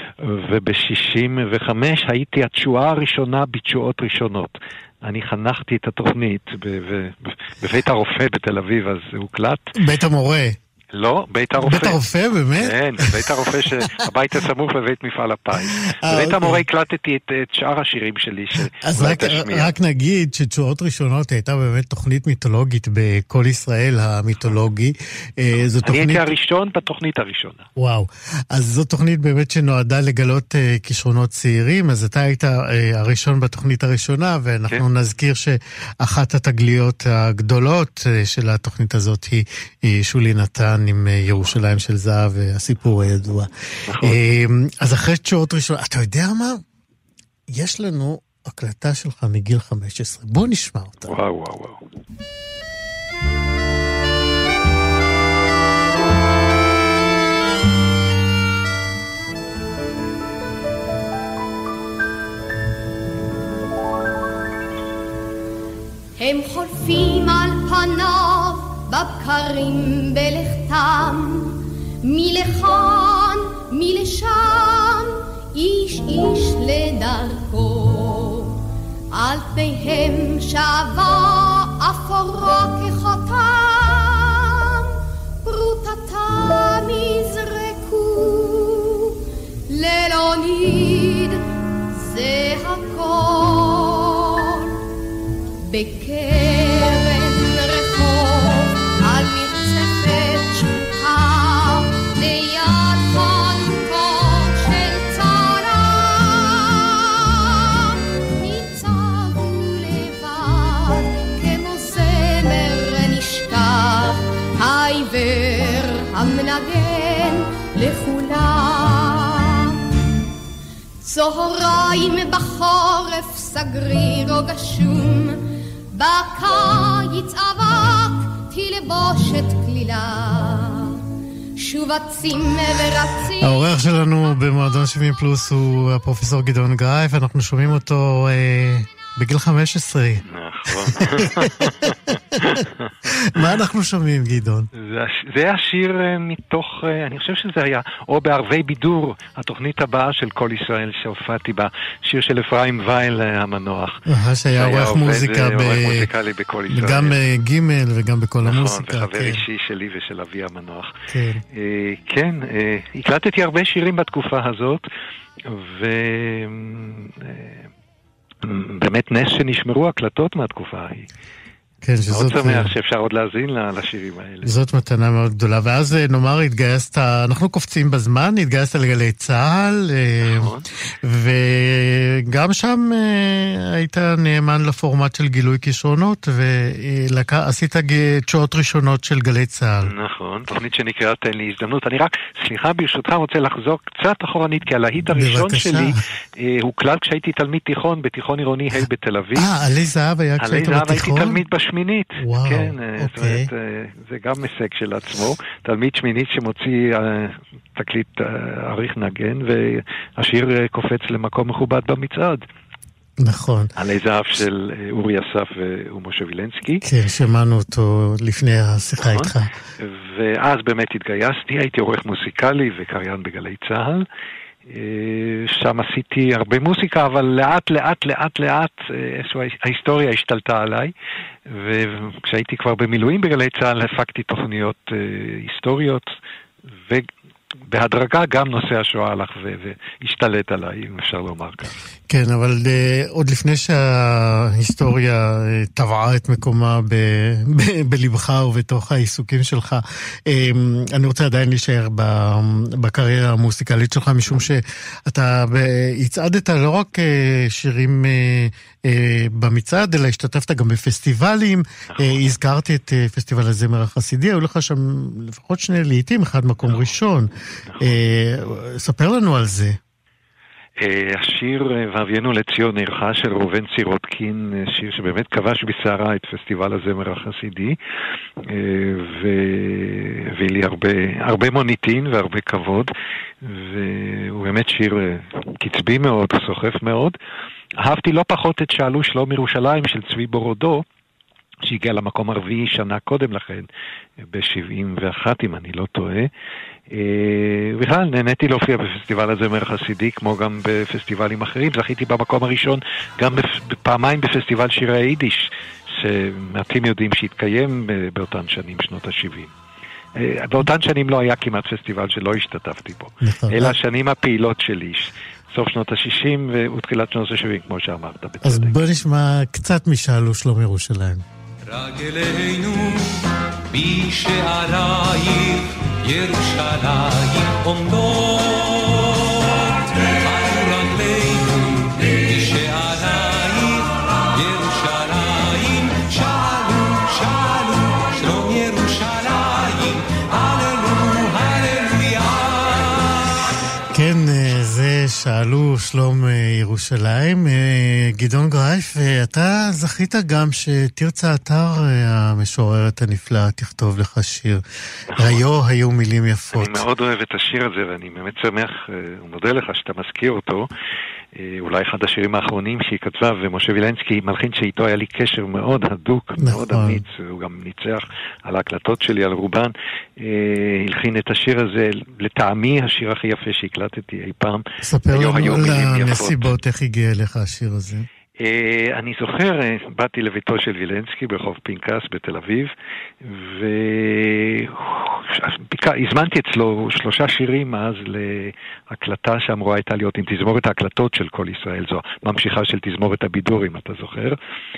וב-65 הייתי התשועה הראשונה בתשועות ראשונות. אני חנכתי את התוכנית בבית הרופא בתל אביב, אז זה הוקלט. בית המורה. לא, בית הרופא. בית הרופא, באמת? כן, בית הרופא שהבית הסמוך לבית מפעל הפיס. בבית המורה הקלטתי את שאר השירים שלי. אז רק נגיד שתשועות ראשונות הייתה באמת תוכנית מיתולוגית בכל ישראל המיתולוגי. אני הייתי הראשון בתוכנית הראשונה. וואו, אז זו תוכנית באמת שנועדה לגלות כישרונות צעירים, אז אתה היית הראשון בתוכנית הראשונה, ואנחנו נזכיר שאחת התגליות הגדולות של התוכנית הזאת היא שולי נתן, עם ירושלים של זהב, הסיפור הידוע. נכון. אז אחרי תשועות ראשונות, אתה יודע מה? יש לנו הקלטה שלך מגיל 15. בוא נשמע אותה. וואו, וואו, וואו. הם חולפים על פניו בבקרים בלכתם, מלכאן מלשם, איש איש לדרכו. על פניהם שבה אפורה כחותם, פרוטתם יזרקו ללא ניד, זה הכל. בקרן רחוב על מרצפת שוקה, ליד חלוטו של צלם, ניצבו לבד כמו זמר נשכח, העיוור המנגן לכולם. צהריים בחורף סגריר או גשום, בקיץ אבק תלבושת כלילה, שוב עצים ורצים. האורח שלנו במועדון 70 פלוס הוא הפרופסור גדעון גרייף, אנחנו שומעים אותו בגיל 15. נכון. מה אנחנו שומעים, גדעון? זה היה שיר מתוך, אני חושב שזה היה, או בערבי בידור, התוכנית הבאה של כל ישראל שהופעתי בה, שיר של אפרים וייל המנוח. שהיה עורך מוזיקה, מוזיקלי בכל ישראל. גם ג' וגם בכל המוזיקה. נכון, וחבר אישי שלי ושל אבי המנוח. כן. כן, הקלטתי הרבה שירים בתקופה הזאת, באמת נס שנשמרו הקלטות מהתקופה ההיא. כן, שזאת... מאוד שמח שאפשר עוד להזין לשירים האלה. זאת מתנה מאוד גדולה. ואז נאמר, התגייסת, אנחנו קופצים בזמן, התגייסת לגלי צהל, נכון. וגם שם היית נאמן לפורמט של גילוי כישרונות, ועשית תשואות ראשונות של גלי צהל. נכון, תוכנית שנקראה תן לי הזדמנות. אני רק, סליחה, ברשותך רוצה לחזור קצת אחורנית, כי הלהיט הראשון שלי הוקלט כשהייתי תלמיד תיכון, בתיכון עירוני ה' בתל אביב. עלי זהב היה כשהיית בתיכון? עלי זהב הייתי תלמיד בשמינית. וואו, כן, אוקיי. זאת אומרת, זה גם הישג של עצמו. תלמיד שמינית שמוציא תקליט עריך נגן, והשיר קופץ למקום מכובד במצעד. נכון. עלי זהב של אורי אסף ומשה וילנסקי. כן, שמענו אותו לפני השיחה איתך. ואז באמת התגייסתי, הייתי עורך מוזיקלי וקריין בגלי צהל. שם עשיתי הרבה מוסיקה, אבל לאט ההיסטוריה השתלטה עליי, וכשהייתי כבר במילואים בגלי צהל הפקתי תוכניות היסטוריות, ובהדרגה גם נושא השואה הלך והשתלט עליי, אם אפשר לומר כך. כן, אבל עוד לפני שההיסטוריה טבעה את מקומה בלבך ובתוך העיסוקים שלך, אני רוצה עדיין להישאר בקריירה המוסיקלית שלך, משום שאתה הצעדת לא רק שירים במצעד, אלא השתתפת גם בפסטיבלים, הזכרתי את פסטיבל הזמר החסידי, היו לך שם לפחות שני לעיתים, אחד מקום ראשון. ספר לנו על זה. השיר והביינו לציון עירך של ראובן צירודקין, שיר שבאמת כבש בסערה את פסטיבל הזמר החסידי, והביא לי הרבה מוניטין והרבה כבוד, והוא באמת שיר קצבי מאוד, סוחף מאוד. אהבתי לא פחות את שאלו שלום ירושלים של צבי בורודו, שהגיע למקום הרביעי שנה קודם לכן, ב-71 אם אני לא טועה. בכלל נהניתי להופיע בפסטיבל הזמר החסידי, כמו גם בפסטיבלים אחרים. זכיתי במקום הראשון גם פעמיים בפסטיבל שירי היידיש, שמעטים יודעים שהתקיים באותן שנים, שנות ה-70. באותן שנים לא היה כמעט פסטיבל שלא השתתפתי בו, אלא השנים הפעילות שלי, סוף שנות ה-60 ותחילת שנות ה-70, כמו שאמרת. אז בוא נשמע קצת משאלו שלום ירושלים. רגלינו בשערייך ירושלים עומדות, רגלינו בשערייך ירושלים, שאלו שלום ירושלים, הללו הללויה. כן, זה שאלו שלום ירושלים. גדעון גרייף, אתה זכית גם שתרצה אתר המשוררת הנפלאה תכתוב לך שיר. היו מילים יפות. אני מאוד אוהב את השיר הזה, ואני באמת שמח ומודה לך שאתה מזכיר אותו. אולי אחד השירים האחרונים שהיא כתבה, ומשה וילנסקי מלחין שאיתו היה לי קשר מאוד הדוק, מאוד אמיץ, הוא גם ניצח על ההקלטות שלי, על רובן. הלחין את השיר הזה, לטעמי השיר הכי יפה שהקלטתי אי פעם. ספר לנו על הנסיבות, איך הגיע אליך השיר הזה? אני זוכר, באתי לביתו של וילנסקי ברחוב פנקס בתל אביב, והזמנתי אצלו 3 שירים אז להקלטה שאמורה הייתה להיות עם תזמורת ההקלטות של כל ישראל, זו ממשיכה של תזמורת הבידור, אם אתה זוכר.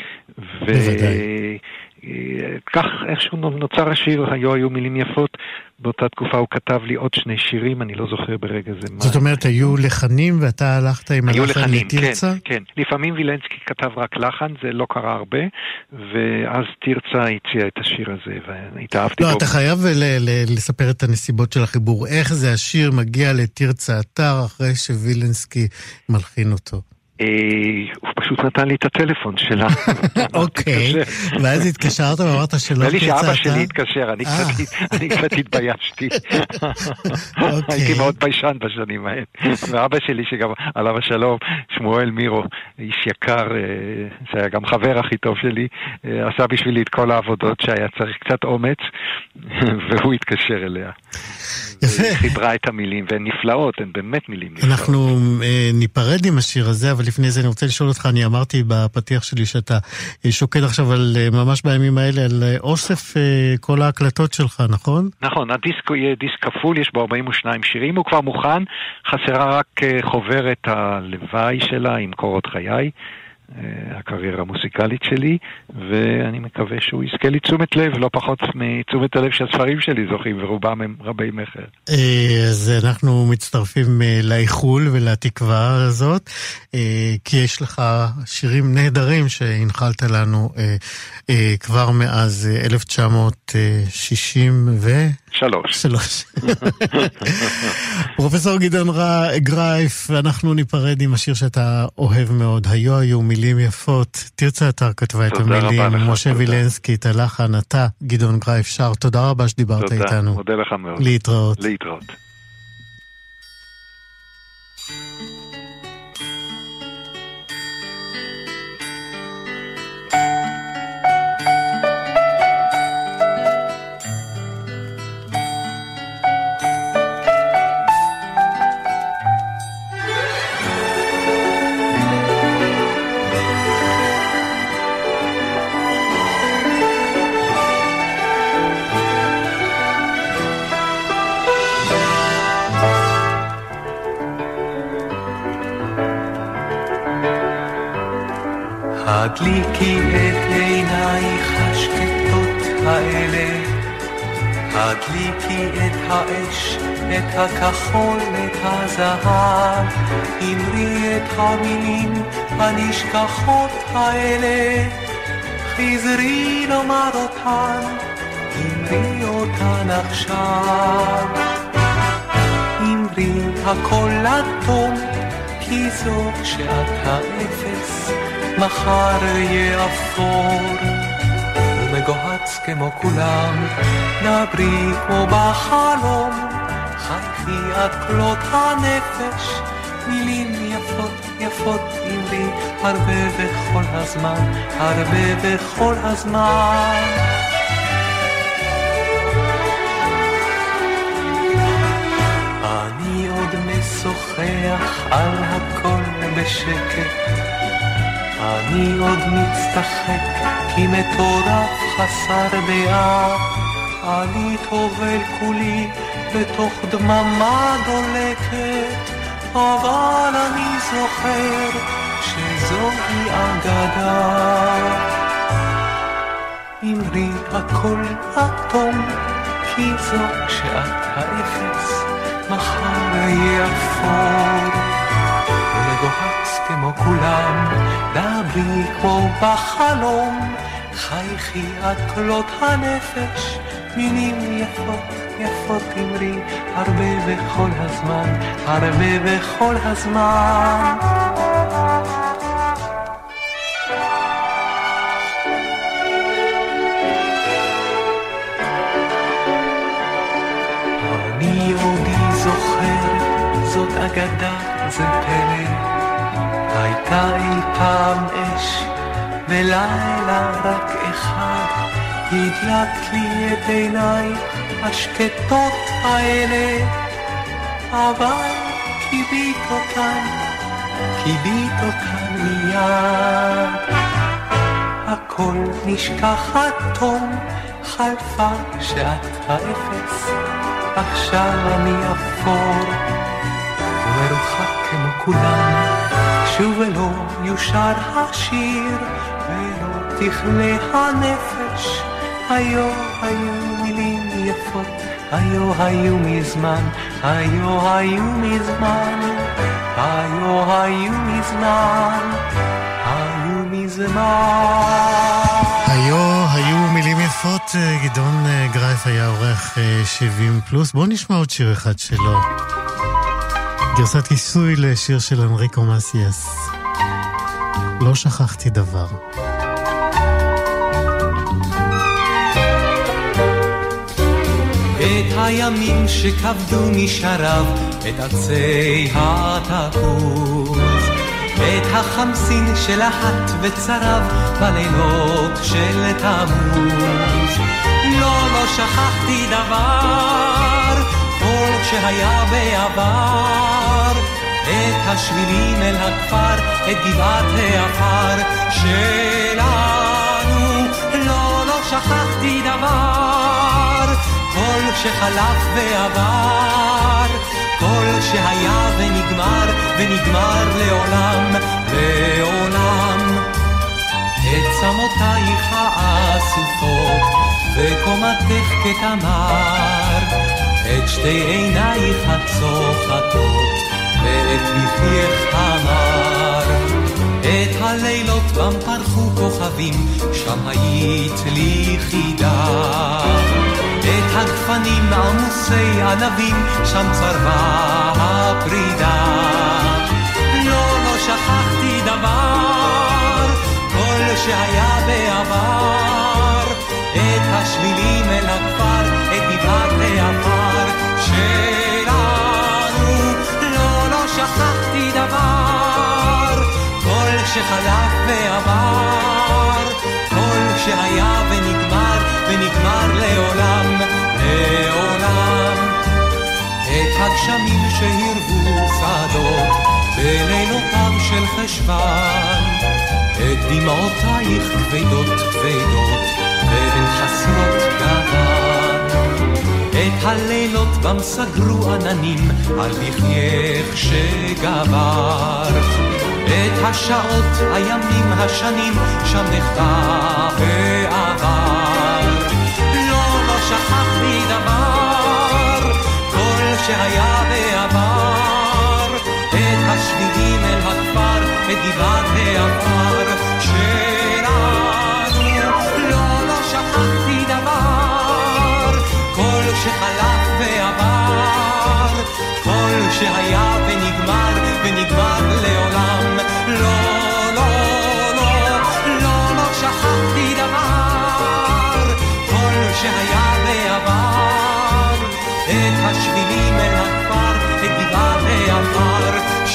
וכך איכשהו נוצר השיר, היו מילים יפות. באותה תקופה הוא כתב לי עוד 2 שירים, אני לא זוכר ברגע זה מה. זאת אומרת, היו לחנים ואתה הלכת עם הלחן לתרצה? כן. לפעמים וילנסקי כתב רק לחן, זה לא קרה הרבה, ואז תרצה הציע את השיר הזה, והתאהבתי בו. לא, אתה חייב לספר את הנסיבות של החיבור. איך זה השיר מגיע לתרצה אתר אחרי שווילנסקי מלחין אותו? הוא פשוט נתן לי את הטלפון שלה. אוקיי, ואז התקשרת ואמרת שלא תרצה. שאבא שלי התקשר, אני קצת התביישתי. הייתי מאוד ביישן בשנים האלה. ואבא שלי שגם עליו השלום, שמואל מירו, איש יקר, שהיה גם חבר הכי טוב שלי, עשה בשבילי את כל העבודות שהיה צריך קצת אומץ, והוא התקשר אליה. יפה. חיברה את המילים, והן נפלאות, הן באמת מילים נפלאות. אנחנו ניפרד עם השיר הזה, אבל לפני זה אני רוצה לשאול אותך, אני אמרתי בפתיח שלי שאתה שוקד עכשיו על, ממש בימים האלה, על אוסף כל ההקלטות שלך, נכון? נכון, הדיסק יהיה דיסק כפול, יש בו 42 שירים, הוא כבר מוכן, חסרה רק חוברת הלוואי שלה עם קורות חיי, הקריירה המוסיקלית שלי, ואני מקווה שהוא יזכה לי תשומת לב, לא פחות מתשומת הלב שהספרים שלי זוכים, ורובם הם רבי מחר. אז אנחנו מצטרפים לאיחול ולתקווה הזאת, כי יש לך שירים נהדרים שהנחלת לנו כבר מאז 1963. פרופסור גדעון גרייף, אנחנו ניפרד עם השיר שאתה אוהב מאוד, היו מילים יפות. תרצה אתר כתבה את המילים, משה וילנסקי, את הלחן, אתה גדעון גרייף שר. תודה רבה שדיברת איתנו. מודה לך מאוד. להתראות. הדליקי את עינייך השקטות האלה, הדליקי את האש, את הכחול, את הזהב, אמרי את המילים הנשכחות האלה, חזרי לומר אותן, אמרי אותן עכשיו, אמרי הכל לטום, כי זאת שעת האפס, מחר יהיה אפור ומגוהץ כמו כולם, דברי כמו בחלום, חייכי עד כלות הנפש, מילים יפות יפות אמרי, הרבה בכל הזמן, הרבה בכל הזמן. אני עוד משוחח על הכל בשקט, אני עוד מצטחק כי מטורף חסר דעה, אני טובל כולי בתוך דממה דולקת, אבל אני זוכר שזוהי אגדה. אמרי הכל אטום, כי זאת שעת האפס, מחר יהיה אפור ומגוהץ כמו כולם, דברי כמו בחלום, חייכי עד כלות הנפש, מילים יפות יפות אמרי, הרבה בכל הזמן, הרבה בכל הזמן. אני עודי זוכר, זאת אגדה, זה פלא, הייתה אי פעם אש, ולילה רק אחד, הדלקת לי את עיניי השקטות האלה, אבל כיבית אותן, קיבית אותן מיד. הכל נשכח התום, חלפה שעת האפס, עכשיו אני אפור ומרוחק כמו כולם, שוב ולא יושר השיר ולא תכלה הנפש. היו מילים יפות, היו מזמן, היו מזמן, היו מזמן, היו מזמן. היו מילים יפות. גדעון גרייף היה עורך 70 פלוס. בואו נשמע עוד שיר אחד שלו, גרסת כיסוי לשיר של אנריקו מסיאס, לא שכחתי דבר. את הימים שכבדו משרב את עצי התפוז, את החמסין שלחת וצרב בלילות של תמוז. לא שכחתי דבר, כל שהיה בעבר, את השבילים אל הכפר, את גבעת העפר שלנו. לא שכחתי דבר, כל שחלף ועבר, כל שהיה ונגמר לעולם, לעולם. את צמותייך האסופות וקומתך כתמר, את שתי עינייך הצוחקות ואת בכייך המר. את הלילות בם פרחו כוכבים, שם היית לי חידה, את הגפנים עמוסי ענבים, שם צרבה הפרידה. לא שכחתי דבר, כל שהיה בעבר, את השבילים אל הכפר, את גבעת העפר שלנו. לא שכחתי דבר, כל שחלף ועבר, כל שהיה ונגמר לעולם, לעולם. את הגשמים שהרבו שדות בלילותיו של חשוון, את דמעותייך כבדות והן חסרות גוון. את הלילות בם סגרו עננים על בכייך שגבר, את השעות, הימים, השנים, שם נחתה העבר. לא שכחתי דבר, כל שהיה בעבר, את השבילים אל הכפר, את גבעת העפר שלנו. לא שכחתי דבר, כל שחלף ועבר, כל שהיה ונגמר לעולם. לא שכחתי דבר, כל שהיה בעבר, את השבילים אל הכפר, את גבעת העפר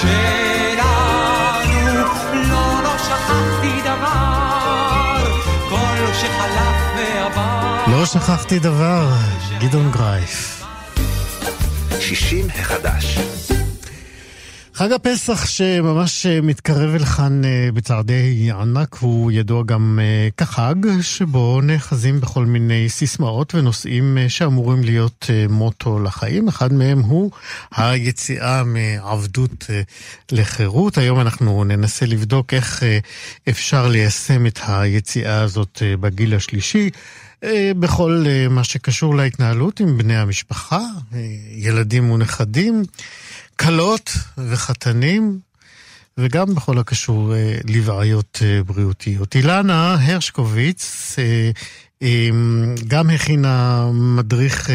שלנו. לא שכחתי דבר, כל שחלף ועבר. לא שכחתי דבר, גדעון גרייף. 60 החדש. חג הפסח שממש מתקרב לכאן בצעדי ענק, הוא ידוע גם כחג שבו נחזים בכל מיני סיסמאות ונושאים שאמורים להיות מוטו לחיים. אחד מהם הוא היציאה מעבדות לחירות. היום אנחנו ננסה לבדוק איך אפשר ליישם את היציאה הזאת בגיל השלישי, בכל מה שקשור להתנהלות עם בני המשפחה, ילדים ונכדים, קלות וחתנים, וגם בכל הקשור לבעיות בריאותיות. אילנה הרשקוביץ גם הכינה מדריך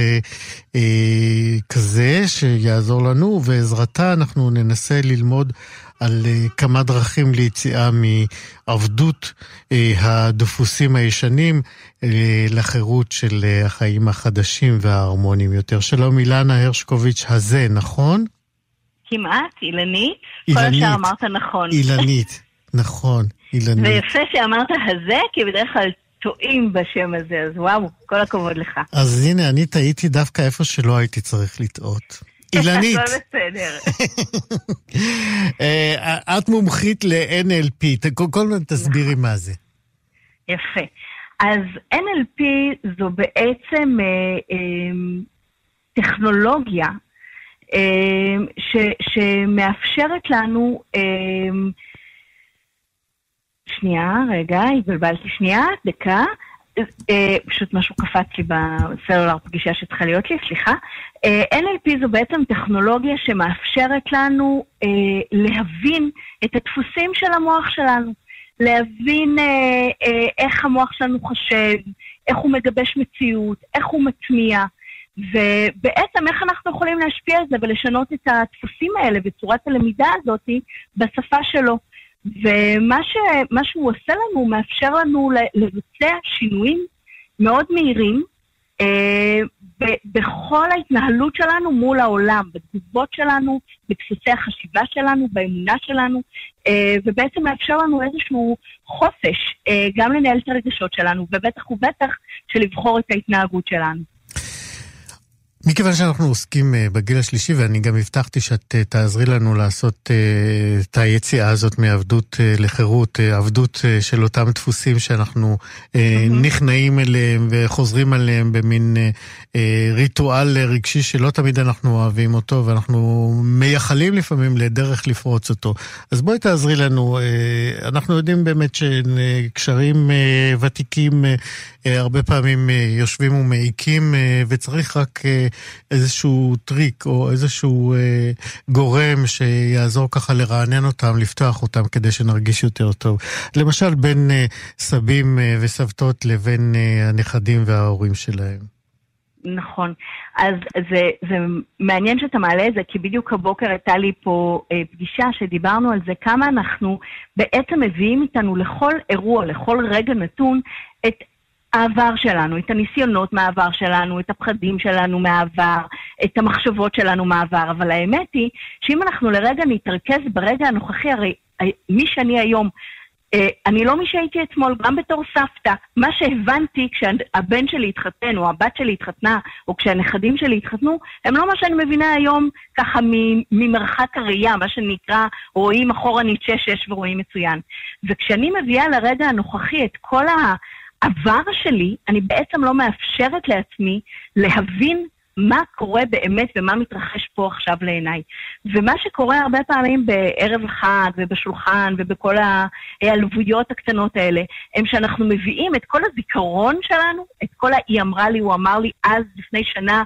כזה שיעזור לנו, ועזרתה אנחנו ננסה ללמוד על כמה דרכים ליציאה מעבדות הדפוסים הישנים לחירות של החיים החדשים וההרמוניים יותר. שלום אילנה הרשקוביץ הזה, נכון? כמעט, אילנית. כל השאר אמרת נכון. אילנית, נכון, אילנית. ויפה שאמרת הזה, כי בדרך כלל טועים בשם הזה, אז וואו, כל הכבוד לך. אז הנה, אני טעיתי דווקא איפה שלא הייתי צריך לטעות. אילנית. הכל בסדר. את מומחית ל-NLP, כל מיני תסבירי מה זה. יפה. אז NLP זו בעצם טכנולוגיה שמאפשרת לנו, שנייה, רגע, התבלבלתי שנייה, דקה, פשוט משהו קפץ לי בסלולר פגישה שצריכה להיות לי, סליחה. NLP זו בעצם טכנולוגיה שמאפשרת לנו להבין את הדפוסים של המוח שלנו, להבין איך המוח שלנו חושב, איך הוא מגבש מציאות, איך הוא מטמיע, ובעצם איך אנחנו יכולים להשפיע על זה ולשנות את הדפוסים האלה וצורת הלמידה הזאת בשפה שלו. ומה שהוא עושה לנו, הוא מאפשר לנו לבצע שינויים מאוד מהירים בכל ההתנהלות שלנו מול העולם, בתגובות שלנו, בדפוסי החשיבה שלנו, באמונה שלנו, ובעצם מאפשר לנו איזשהו חופש גם לנהל את הרגשות שלנו, ובטח ובטח שלבחור את ההתנהגות שלנו. מכיוון שאנחנו עוסקים בגיל השלישי, ואני גם הבטחתי שאת תעזרי לנו לעשות את היציאה הזאת מעבדות לחירות, עבדות של אותם דפוסים שאנחנו נכנעים אליהם וחוזרים עליהם במין ריטואל רגשי שלא תמיד אנחנו אוהבים אותו, ואנחנו מייחלים לפעמים לדרך לפרוץ אותו. אז בואי תעזרי לנו, אנחנו יודעים באמת שקשרים ותיקים הרבה פעמים יושבים ומעיקים, וצריך רק איזשהו טריק או איזשהו גורם שיעזור ככה לרענן אותם, לפתוח אותם כדי שנרגיש יותר טוב. למשל בין סבים וסבתות לבין הנכדים וההורים שלהם. נכון. אז זה מעניין שאתה מעלה את זה, כי בדיוק הבוקר הייתה לי פה פגישה שדיברנו על זה, כמה אנחנו בעצם מביאים איתנו לכל אירוע, לכל רגע נתון, את העבר שלנו, את הניסיונות מהעבר שלנו, את הפחדים שלנו מהעבר, את המחשבות שלנו מהעבר, אבל האמת היא שאם אנחנו לרגע נתרכז ברגע הנוכחי, הרי מי שאני היום, אני לא מי שהייתי אתמול, גם בתור סבתא, מה שהבנתי כשהבן שלי התחתן, או הבת שלי התחתנה, או כשהנכדים שלי התחתנו, הם לא מה שאני מבינה היום ככה ממרחק הראייה, מה שנקרא, רואים אחורנית 6-6 ורואים מצוין. וכשאני מביאה לרגע הנוכחי את כל העבר שלי, אני בעצם לא מאפשרת לעצמי להבין מה קורה באמת ומה מתרחש פה עכשיו לעיניי. ומה שקורה הרבה פעמים בערב אחד ובשולחן ובכל ההלוויות הקטנות האלה, הם שאנחנו מביאים את כל הזיכרון שלנו, את כל היא אמרה לי, הוא אמר לי, אז לפני שנה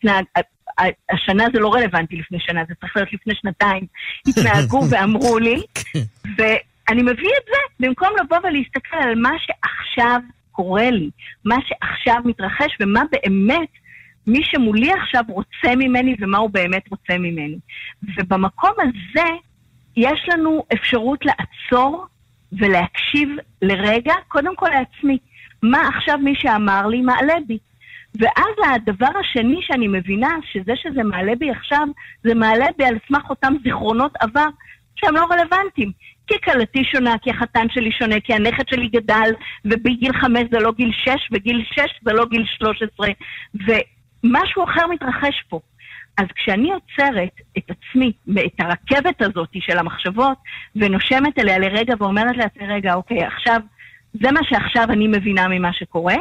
השנה זה לא רלוונטי לפני שנה, זה צריך להיות לפני שנתיים, התנהגו ואמרו לי, ואני מביא את זה במקום לבוא ולהסתכל על מה שעכשיו קורה לי, מה שעכשיו מתרחש ומה באמת מי שמולי עכשיו רוצה ממני ומה הוא באמת רוצה ממני. ובמקום הזה יש לנו אפשרות לעצור ולהקשיב לרגע, קודם כל לעצמי, מה עכשיו מי שאמר לי מעלה בי. ואז הדבר השני שאני מבינה שזה מעלה בי עכשיו, זה מעלה בי על סמך אותם זיכרונות עבר שהם לא רלוונטיים. כי קלתי שונה, כי החתן שלי שונה, כי הנכד שלי גדל, ובגיל 5 זה לא גיל 6, וגיל 6 זה לא גיל 13, ומשהו אחר מתרחש פה. אז כשאני עוצרת את עצמי, את הרכבת הזאת של המחשבות, ונושמת אליה לרגע ואומרת לעצמי, רגע, אוקיי, עכשיו, זה מה שעכשיו אני מבינה ממה שקורה,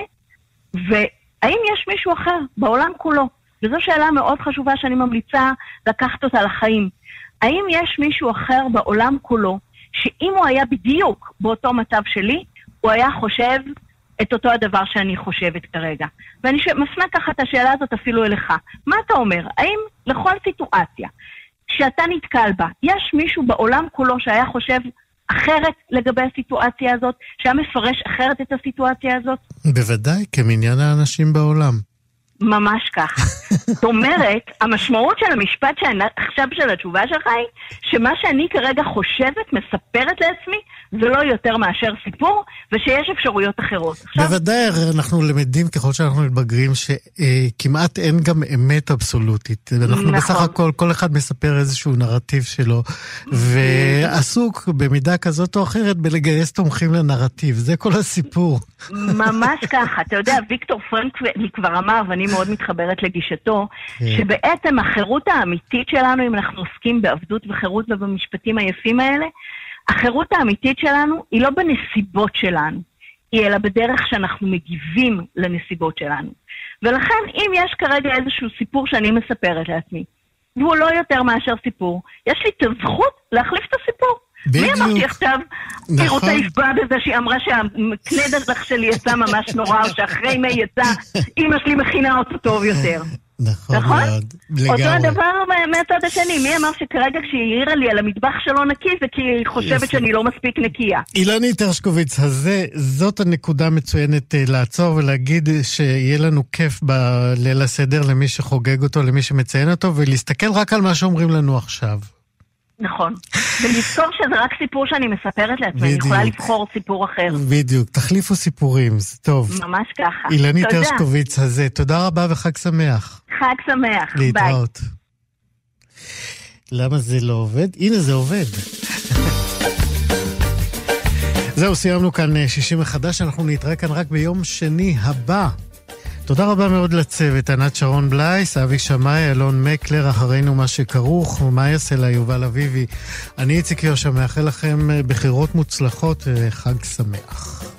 והאם יש מישהו אחר בעולם כולו? וזו שאלה מאוד חשובה שאני ממליצה לקחת אותה לחיים. האם יש מישהו אחר בעולם כולו, שאם הוא היה בדיוק באותו מצב שלי, הוא היה חושב את אותו הדבר שאני חושבת כרגע. ואני מפנה ככה את השאלה הזאת אפילו אליך. מה אתה אומר? האם לכל סיטואציה שאתה נתקל בה, יש מישהו בעולם כולו שהיה חושב אחרת לגבי הסיטואציה הזאת, שהיה מפרש אחרת את הסיטואציה הזאת? בוודאי, כמניין האנשים בעולם. ממש כך. זאת אומרת, המשמעות של המשפט עכשיו של התשובה שלך היא, שמה שאני כרגע חושבת, מספרת לעצמי, זה לא יותר מאשר סיפור, ושיש אפשרויות אחרות. בוודאי, אנחנו למדים ככל שאנחנו מתבגרים, שכמעט אין גם אמת אבסולוטית. אנחנו בסך הכל, כל אחד מספר איזשהו נרטיב שלו, ועסוק במידה כזאת או אחרת בלגייס תומכים לנרטיב. זה כל הסיפור. ממש ככה. אתה יודע, ויקטור פרנקל כבר אמר, ואני מאוד מתחברת לגישתו, בגישתו, שבעצם החירות האמיתית שלנו, אם אנחנו עוסקים בעבדות וחירות ובמשפטים היפים האלה, החירות האמיתית שלנו היא לא בנסיבות שלנו, היא אלא בדרך שאנחנו מגיבים לנסיבות שלנו. ולכן, אם יש כרגע איזשהו סיפור שאני מספרת לעצמי, והוא לא יותר מאשר סיפור, יש לי את הזכות להחליף את הסיפור. מי אמר שיכתב, היא רוצה לפגוע בזה שהיא אמרה שהקלדך שלי יצא ממש נורא, או שאחרי מי יצא, אמא שלי מכינה אותו טוב יותר. נכון מאוד, לגמרי. אותו הדבר מהצד השני, מי אמר שכרגע כשהיא העירה לי על המטבח שלא נקי, זה כי היא חושבת שאני לא מספיק נקייה. אילנית הרשקוביץ, זאת הנקודה המצוינת לעצור ולהגיד שיהיה לנו כיף בליל הסדר למי שחוגג אותו, למי שמציין אותו, ולהסתכל רק על מה שאומרים לנו עכשיו. נכון, ולזכור שזה רק סיפור שאני מספרת לעצמי, אני יכולה לבחור סיפור אחר. בדיוק, תחליפו סיפורים, זה טוב. ממש ככה. אילנית הרשקוביץ, תודה רבה וחג שמח. חג שמח, ביי. להתראות. למה זה לא עובד? הנה זה עובד. זהו, סיימנו כאן 60 מחדש, אנחנו נתראה כאן רק ביום שני הבא. תודה רבה מאוד לצוות, ענת שרון בלייס, אבי שמאי, אלון מקלר, אחרינו מה שכרוך, ומה יעשה לה יובל אביבי. אני איציק יושע, מאחל לכם בחירות מוצלחות וחג שמח.